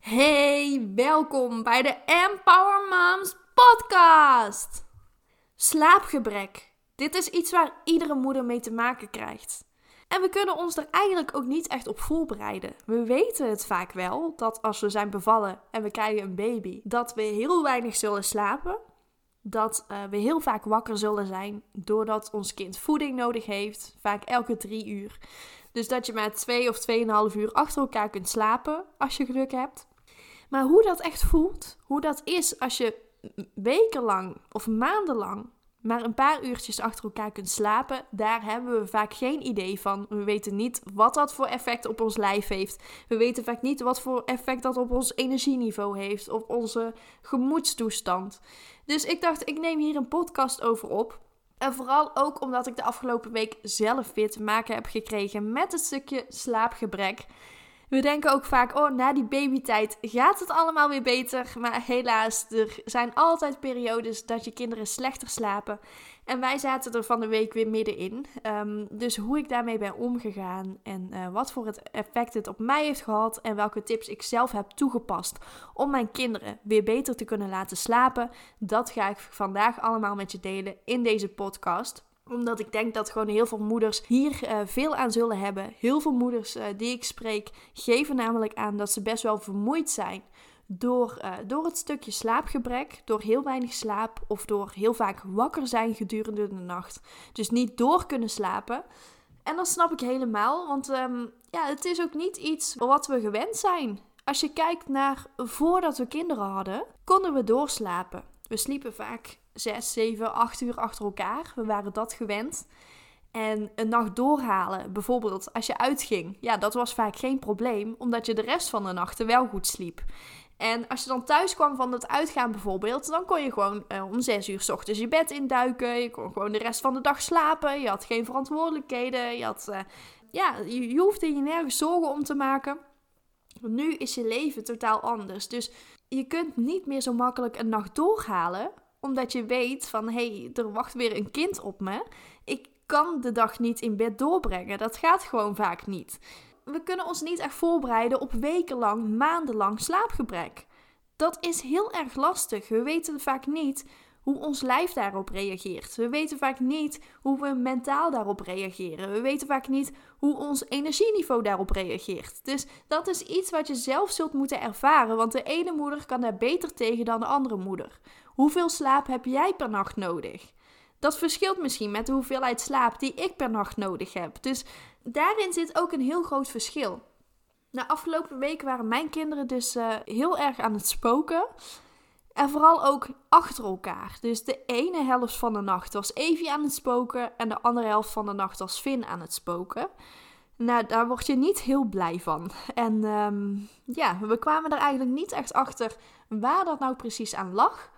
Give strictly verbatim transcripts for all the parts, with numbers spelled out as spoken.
Hey, welkom bij de Empower Moms podcast. Slaapgebrek. Dit is iets waar iedere moeder mee te maken krijgt. En we kunnen ons er eigenlijk ook niet echt op voorbereiden. We weten het vaak wel, dat als we zijn bevallen en we krijgen een baby, dat we heel weinig zullen slapen. Dat uh, we heel vaak wakker zullen zijn, doordat ons kind voeding nodig heeft, vaak elke drie uur. Dus dat je maar twee of tweeënhalf uur achter elkaar kunt slapen, als je geluk hebt. Maar hoe dat echt voelt, hoe dat is als je wekenlang of maandenlang maar een paar uurtjes achter elkaar kunt slapen, daar hebben we vaak geen idee van. We weten niet wat dat voor effect op ons lijf heeft. We weten vaak niet wat voor effect dat op ons energieniveau heeft, op onze gemoedstoestand. Dus ik dacht, ik neem hier een podcast over op. En vooral ook omdat ik de afgelopen week zelf weer te maken heb gekregen met het stukje slaapgebrek. We denken ook vaak, oh, na die babytijd gaat het allemaal weer beter. Maar helaas, er zijn altijd periodes dat je kinderen slechter slapen. En wij zaten er van de week weer middenin. Um, dus hoe ik daarmee ben omgegaan en uh, wat voor het effect het op mij heeft gehad. En welke tips ik zelf heb toegepast om mijn kinderen weer beter te kunnen laten slapen. Dat ga ik vandaag allemaal met je delen in deze podcast. Omdat ik denk dat gewoon heel veel moeders hier uh, veel aan zullen hebben. Heel veel moeders uh, die ik spreek geven namelijk aan dat ze best wel vermoeid zijn door, uh, door het stukje slaapgebrek. Door heel weinig slaap of door heel vaak wakker zijn gedurende de nacht. Dus niet door kunnen slapen. En dat snap ik helemaal, want um, ja, het is ook niet iets wat we gewend zijn. Als je kijkt naar voordat we kinderen hadden, konden we doorslapen. We sliepen vaak zes, zeven, acht uur achter elkaar. We waren dat gewend. En een nacht doorhalen, bijvoorbeeld als je uitging, ja, dat was vaak geen probleem, omdat je de rest van de nachten wel goed sliep. En als je dan thuis kwam van het uitgaan bijvoorbeeld, dan kon je gewoon uh, om zes uur 's ochtends je bed induiken. Je kon gewoon de rest van de dag slapen. Je had geen verantwoordelijkheden. Je, had, uh, ja, je, je hoefde je nergens zorgen om te maken. Nu is je leven totaal anders. Dus je kunt niet meer zo makkelijk een nacht doorhalen, omdat je weet van, hé, hey, er wacht weer een kind op me. Ik kan de dag niet in bed doorbrengen. Dat gaat gewoon vaak niet. We kunnen ons niet echt voorbereiden op wekenlang, maandenlang slaapgebrek. Dat is heel erg lastig. We weten vaak niet hoe ons lijf daarop reageert. We weten vaak niet hoe we mentaal daarop reageren. We weten vaak niet hoe ons energieniveau daarop reageert. Dus dat is iets wat je zelf zult moeten ervaren, want de ene moeder kan daar beter tegen dan de andere moeder. Hoeveel slaap heb jij per nacht nodig? Dat verschilt misschien met de hoeveelheid slaap die ik per nacht nodig heb. Dus daarin zit ook een heel groot verschil. De afgelopen weken waren mijn kinderen dus uh, heel erg aan het spoken. En vooral ook achter elkaar. Dus de ene helft van de nacht was Evie aan het spoken en de andere helft van de nacht was Finn aan het spoken. Nou, daar word je niet heel blij van. En um, ja, we kwamen er eigenlijk niet echt achter waar dat nou precies aan lag.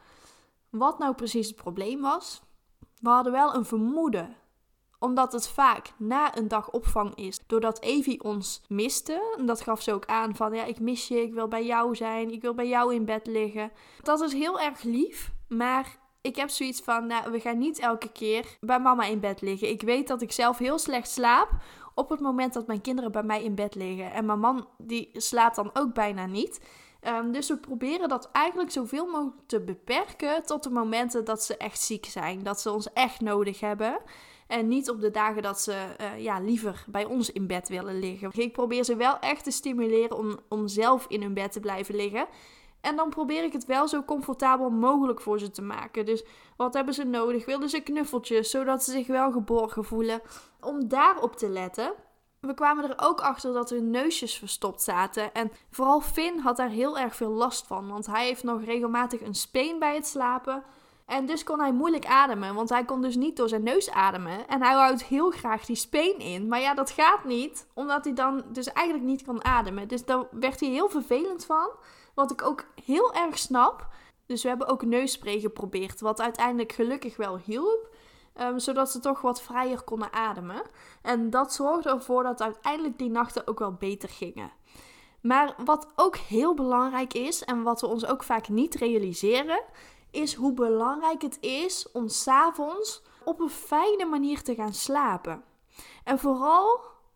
Wat nou precies het probleem was. We hadden wel een vermoeden, omdat het vaak na een dag opvang is, doordat Evie ons miste. En dat gaf ze ook aan van, ja, ik mis je, ik wil bij jou zijn, ik wil bij jou in bed liggen. Dat is heel erg lief, maar ik heb zoiets van, nou, we gaan niet elke keer bij mama in bed liggen. Ik weet dat ik zelf heel slecht slaap op het moment dat mijn kinderen bij mij in bed liggen. En mijn man, die slaapt dan ook bijna niet. Um, dus we proberen dat eigenlijk zoveel mogelijk te beperken tot de momenten dat ze echt ziek zijn. Dat ze ons echt nodig hebben. En niet op de dagen dat ze uh, ja, liever bij ons in bed willen liggen. Ik probeer ze wel echt te stimuleren om, om zelf in hun bed te blijven liggen. En dan probeer ik het wel zo comfortabel mogelijk voor ze te maken. Dus wat hebben ze nodig? Willen ze knuffeltjes, zodat ze zich wel geborgen voelen? Om daarop te letten. We kwamen er ook achter dat hun neusjes verstopt zaten. En vooral Finn had daar heel erg veel last van. Want hij heeft nog regelmatig een speen bij het slapen. En dus kon hij moeilijk ademen. Want hij kon dus niet door zijn neus ademen. En hij houdt heel graag die speen in. Maar ja, dat gaat niet. Omdat hij dan dus eigenlijk niet kan ademen. Dus daar werd hij heel vervelend van. Wat ik ook heel erg snap. Dus we hebben ook neusspray geprobeerd. Wat uiteindelijk gelukkig wel hielp. Um, zodat ze toch wat vrijer konden ademen. En dat zorgde ervoor dat uiteindelijk die nachten ook wel beter gingen. Maar wat ook heel belangrijk is, en wat we ons ook vaak niet realiseren, is hoe belangrijk het is om 's avonds op een fijne manier te gaan slapen. En vooral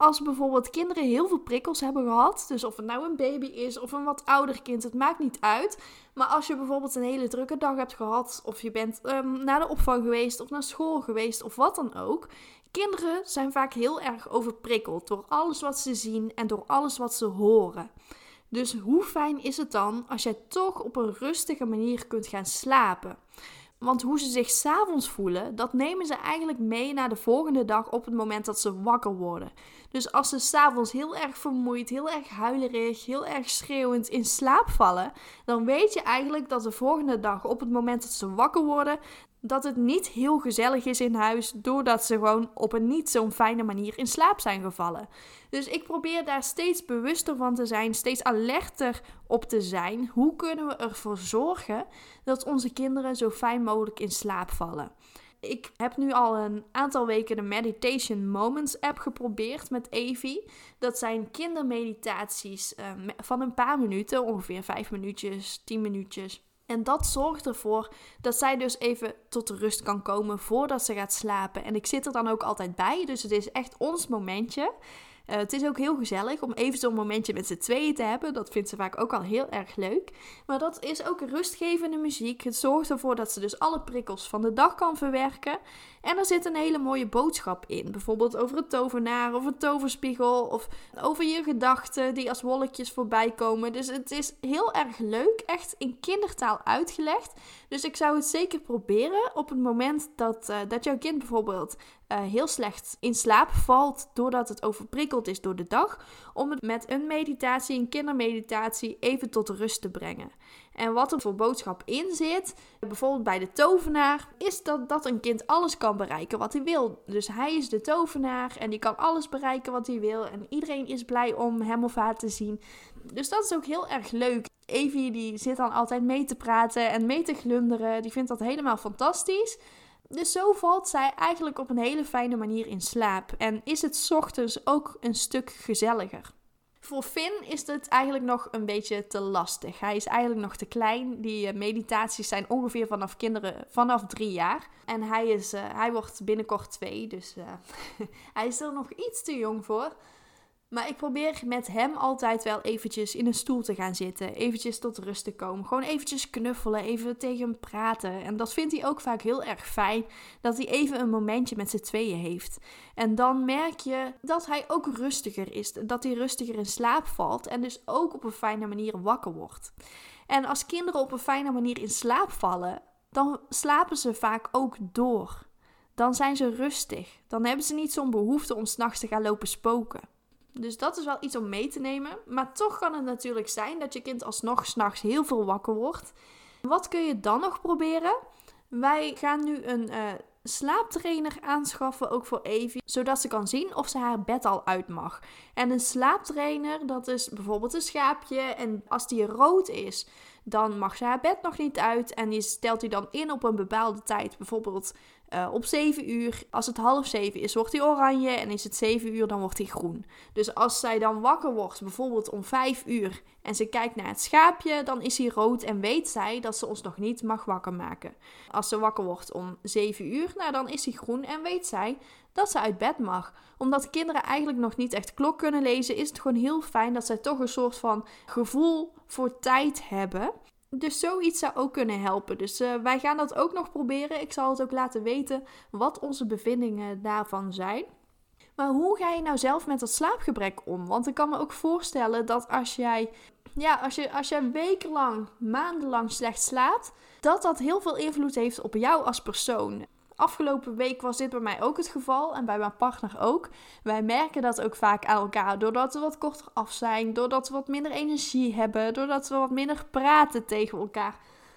Als bijvoorbeeld kinderen heel veel prikkels hebben gehad, dus of het nou een baby is of een wat ouder kind, het maakt niet uit. Maar als je bijvoorbeeld een hele drukke dag hebt gehad, of je bent um, naar de opvang geweest of naar school geweest of wat dan ook. Kinderen zijn vaak heel erg overprikkeld door alles wat ze zien en door alles wat ze horen. Dus hoe fijn is het dan als jij toch op een rustige manier kunt gaan slapen? Want hoe ze zich 's avonds voelen, dat nemen ze eigenlijk mee naar de volgende dag op het moment dat ze wakker worden. Dus als ze 's avonds heel erg vermoeid, heel erg huilerig, heel erg schreeuwend in slaap vallen, dan weet je eigenlijk dat de volgende dag op het moment dat ze wakker worden, dat het niet heel gezellig is in huis, doordat ze gewoon op een niet zo'n fijne manier in slaap zijn gevallen. Dus ik probeer daar steeds bewuster van te zijn, steeds alerter op te zijn. Hoe kunnen we ervoor zorgen dat onze kinderen zo fijn mogelijk in slaap vallen? Ik heb nu al een aantal weken de Meditation Moments app geprobeerd met Evie. Dat zijn kindermeditaties uh, van een paar minuten, ongeveer vijf minuutjes, tien minuutjes. En dat zorgt ervoor dat zij dus even tot rust kan komen voordat ze gaat slapen. En ik zit er dan ook altijd bij, dus het is echt ons momentje. Uh, het is ook heel gezellig om even zo'n momentje met z'n tweeën te hebben. Dat vindt ze vaak ook al heel erg leuk. Maar dat is ook rustgevende muziek. Het zorgt ervoor dat ze dus alle prikkels van de dag kan verwerken. En er zit een hele mooie boodschap in. Bijvoorbeeld over een tovenaar of een toverspiegel. Of over je gedachten die als wolkjes voorbij komen. Dus het is heel erg leuk. Echt in kindertaal uitgelegd. Dus ik zou het zeker proberen op het moment dat, uh, dat jouw kind bijvoorbeeld uh, heel slecht in slaap valt. Doordat het overprikkeld is door de dag. Om het met een meditatie, een kindermeditatie, even tot rust te brengen. En wat er voor boodschap in zit, bijvoorbeeld bij de tovenaar, is dat, dat een kind alles kan bereiken wat hij wil. Dus hij is de tovenaar en die kan alles bereiken wat hij wil. En iedereen is blij om hem of haar te zien. Dus dat is ook heel erg leuk. Evie die zit dan altijd mee te praten en mee te glunderen. Die vindt dat helemaal fantastisch. Dus zo valt zij eigenlijk op een hele fijne manier in slaap. En is het 's ochtends ook een stuk gezelliger. Voor Finn is het eigenlijk nog een beetje te lastig. Hij is eigenlijk nog te klein. Die meditaties zijn ongeveer vanaf kinderen vanaf drie jaar. En hij, is, uh, hij wordt binnenkort twee, dus uh, hij is er nog iets te jong voor. Maar ik probeer met hem altijd wel eventjes in een stoel te gaan zitten. Eventjes tot rust te komen. Gewoon eventjes knuffelen, even tegen hem praten. En dat vindt hij ook vaak heel erg fijn. Dat hij even een momentje met z'n tweeën heeft. En dan merk je dat hij ook rustiger is. Dat hij rustiger in slaap valt. En dus ook op een fijne manier wakker wordt. En als kinderen op een fijne manier in slaap vallen, dan slapen ze vaak ook door. Dan zijn ze rustig. Dan hebben ze niet zo'n behoefte om 's nachts te gaan lopen spoken. Dus dat is wel iets om mee te nemen. Maar toch kan het natuurlijk zijn dat je kind alsnog 's nachts heel veel wakker wordt. Wat kun je dan nog proberen? Wij gaan nu een uh, slaaptrainer aanschaffen, ook voor Evie. Zodat ze kan zien of ze haar bed al uit mag. En een slaaptrainer, dat is bijvoorbeeld een schaapje. En als die rood is, dan mag ze haar bed nog niet uit. En die stelt hij dan in op een bepaalde tijd. Bijvoorbeeld uh, op zeven uur. Als het half zeven is, wordt hij oranje. En is het zeven uur, dan wordt hij groen. Dus als zij dan wakker wordt, bijvoorbeeld om vijf uur. En ze kijkt naar het schaapje, dan is hij rood. En weet zij dat ze ons nog niet mag wakker maken. Als ze wakker wordt om zeven uur, nou dan is hij groen. En weet zij dat ze uit bed mag. Omdat kinderen eigenlijk nog niet echt klok kunnen lezen, is het gewoon heel fijn dat zij toch een soort van gevoel voor tijd hebben. Dus zoiets zou ook kunnen helpen. Dus uh, wij gaan dat ook nog proberen. Ik zal het ook laten weten wat onze bevindingen daarvan zijn. Maar hoe ga je nou zelf met dat slaapgebrek om? Want ik kan me ook voorstellen dat als jij, ja, als je, als jij wekenlang, maandenlang slecht slaapt, dat dat heel veel invloed heeft op jou als persoon. Afgelopen week was dit bij mij ook het geval en bij mijn partner ook. Wij merken dat ook vaak aan elkaar doordat we wat korter af zijn, doordat we wat minder energie hebben, doordat we wat minder praten tegen elkaar.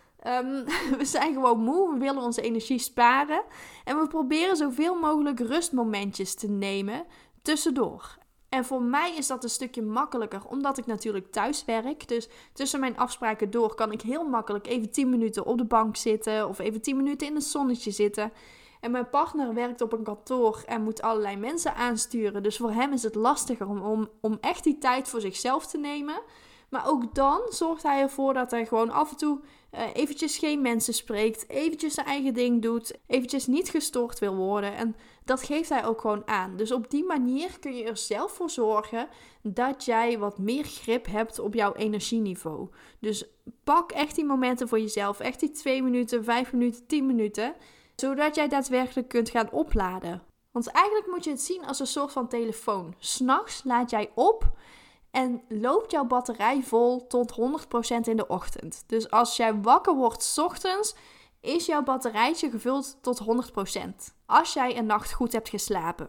Um, we zijn gewoon moe, we willen onze energie sparen en we proberen zoveel mogelijk rustmomentjes te nemen tussendoor. En voor mij is dat een stukje makkelijker, omdat ik natuurlijk thuis werk. Dus tussen mijn afspraken door kan ik heel makkelijk even tien minuten op de bank zitten of even tien minuten in het zonnetje zitten. En mijn partner werkt op een kantoor en moet allerlei mensen aansturen. Dus voor hem is het lastiger om, om, om echt die tijd voor zichzelf te nemen. Maar ook dan zorgt hij ervoor dat hij gewoon af en toe uh, eventjes geen mensen spreekt, eventjes zijn eigen ding doet, eventjes niet gestoord wil worden. En dat geeft hij ook gewoon aan. Dus op die manier kun je er zelf voor zorgen dat jij wat meer grip hebt op jouw energieniveau. Dus pak echt die momenten voor jezelf, echt die twee minuten, vijf minuten, tien minuten, zodat jij daadwerkelijk kunt gaan opladen. Want eigenlijk moet je het zien als een soort van telefoon. 's Nachts laat jij op en loopt jouw batterij vol tot honderd procent in de ochtend. Dus als jij wakker wordt 's ochtends, is jouw batterijtje gevuld tot honderd procent. Als jij een nacht goed hebt geslapen.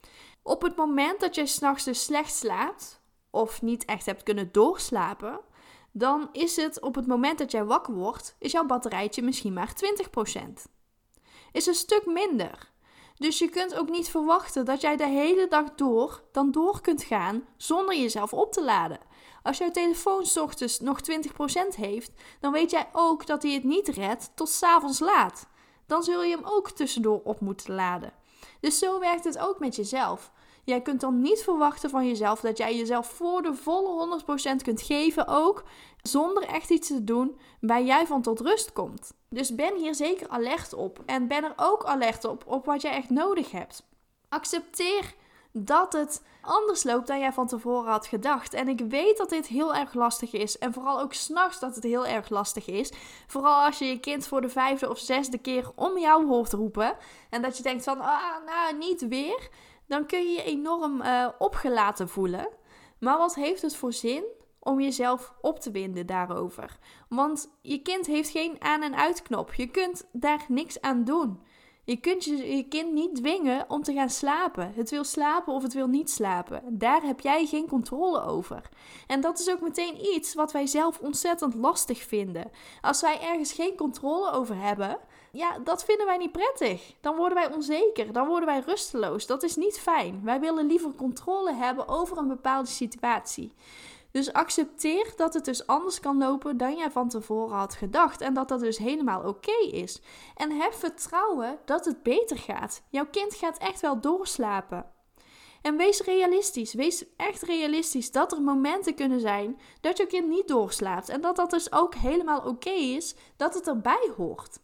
Op het moment dat jij 's nachts dus slecht slaapt, of niet echt hebt kunnen doorslapen, dan is het op het moment dat jij wakker wordt, is jouw batterijtje misschien maar twintig procent. Is een stuk minder. Dus je kunt ook niet verwachten dat jij de hele dag door dan door kunt gaan zonder jezelf op te laden. Als jouw telefoon 's ochtends nog twintig procent heeft, dan weet jij ook dat hij het niet redt tot 's avonds laat. Dan zul je hem ook tussendoor op moeten laden. Dus zo werkt het ook met jezelf. Jij kunt dan niet verwachten van jezelf dat jij jezelf voor de volle honderd procent kunt geven ook, zonder echt iets te doen waar jij van tot rust komt. Dus ben hier zeker alert op en ben er ook alert op, op wat jij echt nodig hebt. Accepteer dat het anders loopt dan jij van tevoren had gedacht. En ik weet dat dit heel erg lastig is. En vooral ook 's nachts dat het heel erg lastig is. Vooral als je je kind voor de vijfde of zesde keer om jou hoort roepen. En dat je denkt van, ah, nou, niet weer. Dan kun je je enorm uh, opgelaten voelen. Maar wat heeft het voor zin om jezelf op te winden daarover? Want je kind heeft geen aan- en uitknop. Je kunt daar niks aan doen. Je kunt je, je kind niet dwingen om te gaan slapen. Het wil slapen of het wil niet slapen. Daar heb jij geen controle over. En dat is ook meteen iets wat wij zelf ontzettend lastig vinden. Als wij ergens geen controle over hebben, ja, dat vinden wij niet prettig. Dan worden wij onzeker, dan worden wij rusteloos. Dat is niet fijn. Wij willen liever controle hebben over een bepaalde situatie. Dus accepteer dat het dus anders kan lopen dan jij van tevoren had gedacht. En dat dat dus helemaal oké is. En heb vertrouwen dat het beter gaat. Jouw kind gaat echt wel doorslapen. En wees realistisch. Wees echt realistisch dat er momenten kunnen zijn dat jouw kind niet doorslaapt. En dat dat dus ook helemaal oké is dat het erbij hoort.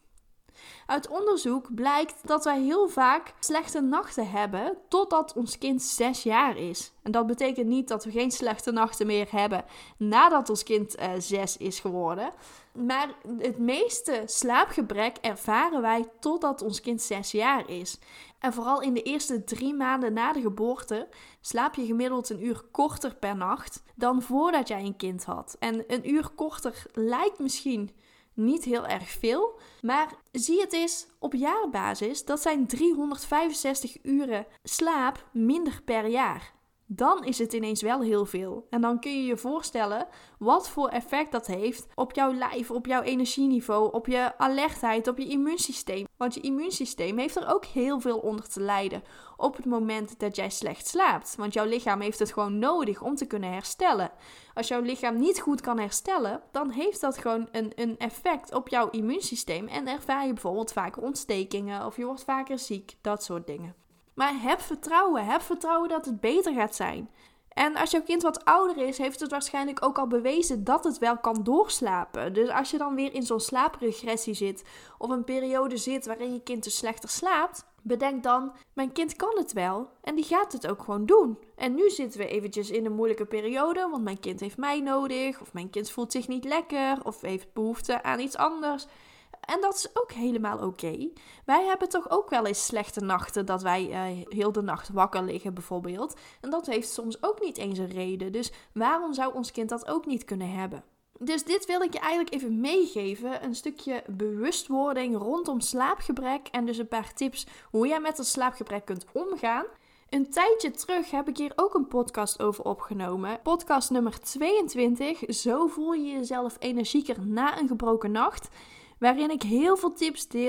Uit onderzoek blijkt dat wij heel vaak slechte nachten hebben totdat ons kind zes jaar is. En dat betekent niet dat we geen slechte nachten meer hebben nadat ons kind uh, zes is geworden. Maar het meeste slaapgebrek ervaren wij totdat ons kind zes jaar is. En vooral in de eerste drie maanden na de geboorte slaap je gemiddeld een uur korter per nacht dan voordat jij een kind had. En een uur korter lijkt misschien niet heel erg veel, maar zie het eens op jaarbasis, dat zijn driehonderdvijfenzestig uren slaap minder per jaar. Dan is het ineens wel heel veel. En dan kun je je voorstellen wat voor effect dat heeft op jouw lijf, op jouw energieniveau, op je alertheid, op je immuunsysteem. Want je immuunsysteem heeft er ook heel veel onder te lijden op het moment dat jij slecht slaapt. Want jouw lichaam heeft het gewoon nodig om te kunnen herstellen. Als jouw lichaam niet goed kan herstellen, dan heeft dat gewoon een, een effect op jouw immuunsysteem. En ervaar je bijvoorbeeld vaker ontstekingen of je wordt vaker ziek, dat soort dingen. Maar heb vertrouwen. Heb vertrouwen dat het beter gaat zijn. En als jouw kind wat ouder is, heeft het waarschijnlijk ook al bewezen dat het wel kan doorslapen. Dus als je dan weer in zo'n slaapregressie zit of een periode zit waarin je kind dus slechter slaapt, bedenk dan, mijn kind kan het wel en die gaat het ook gewoon doen. En nu zitten we eventjes in een moeilijke periode, want mijn kind heeft mij nodig, of mijn kind voelt zich niet lekker, of heeft behoefte aan iets anders. En dat is ook helemaal oké. Okay. Wij hebben toch ook wel eens slechte nachten dat wij uh, heel de nacht wakker liggen bijvoorbeeld. En dat heeft soms ook niet eens een reden. Dus waarom zou ons kind dat ook niet kunnen hebben? Dus dit wil ik je eigenlijk even meegeven. Een stukje bewustwording rondom slaapgebrek. En dus een paar tips hoe jij met dat slaapgebrek kunt omgaan. Een tijdje terug heb ik hier ook een podcast over opgenomen. Podcast nummer tweeëntwintig. Zo voel je jezelf energieker na een gebroken nacht. Waarin ik heel veel tips deel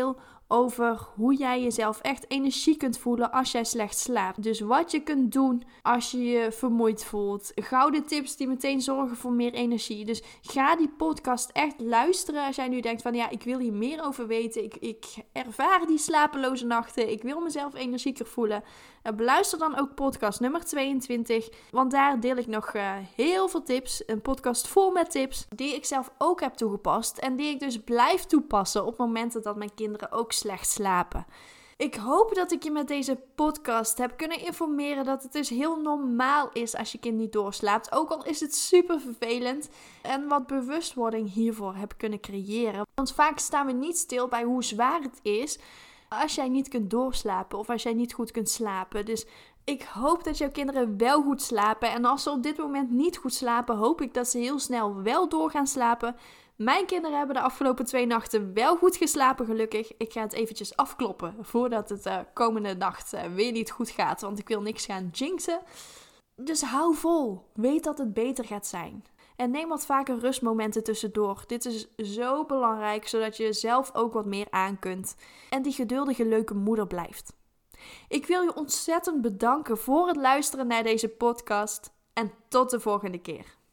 over hoe jij jezelf echt energie kunt voelen als jij slecht slaapt. Dus wat je kunt doen als je je vermoeid voelt. Gouden tips die meteen zorgen voor meer energie. Dus ga die podcast echt luisteren als jij nu denkt van ja, ik wil hier meer over weten. Ik, ik ervaar die slapeloze nachten. Ik wil mezelf energieker voelen. Uh, beluister dan ook podcast nummer tweeëntwintig. Want daar deel ik nog uh, heel veel tips. Een podcast vol met tips die ik zelf ook heb toegepast. En die ik dus blijf toepassen op momenten dat mijn kinderen ook slecht slapen. Ik hoop dat ik je met deze podcast heb kunnen informeren dat het dus heel normaal is als je kind niet doorslaapt. Ook al is het super vervelend. En wat bewustwording hiervoor heb kunnen creëren. Want vaak staan we niet stil bij hoe zwaar het is als jij niet kunt doorslapen of als jij niet goed kunt slapen. Dus ik hoop dat jouw kinderen wel goed slapen. En als ze op dit moment niet goed slapen, hoop ik dat ze heel snel wel door gaan slapen. Mijn kinderen hebben de afgelopen twee nachten wel goed geslapen, gelukkig. Ik ga het eventjes afkloppen voordat het uh, komende nacht uh, weer niet goed gaat. Want ik wil niks gaan jinxen. Dus hou vol. Weet dat het beter gaat zijn. En neem wat vaker rustmomenten tussendoor. Dit is zo belangrijk, zodat je zelf ook wat meer aan kunt. En die geduldige, leuke moeder blijft. Ik wil je ontzettend bedanken voor het luisteren naar deze podcast. En tot de volgende keer.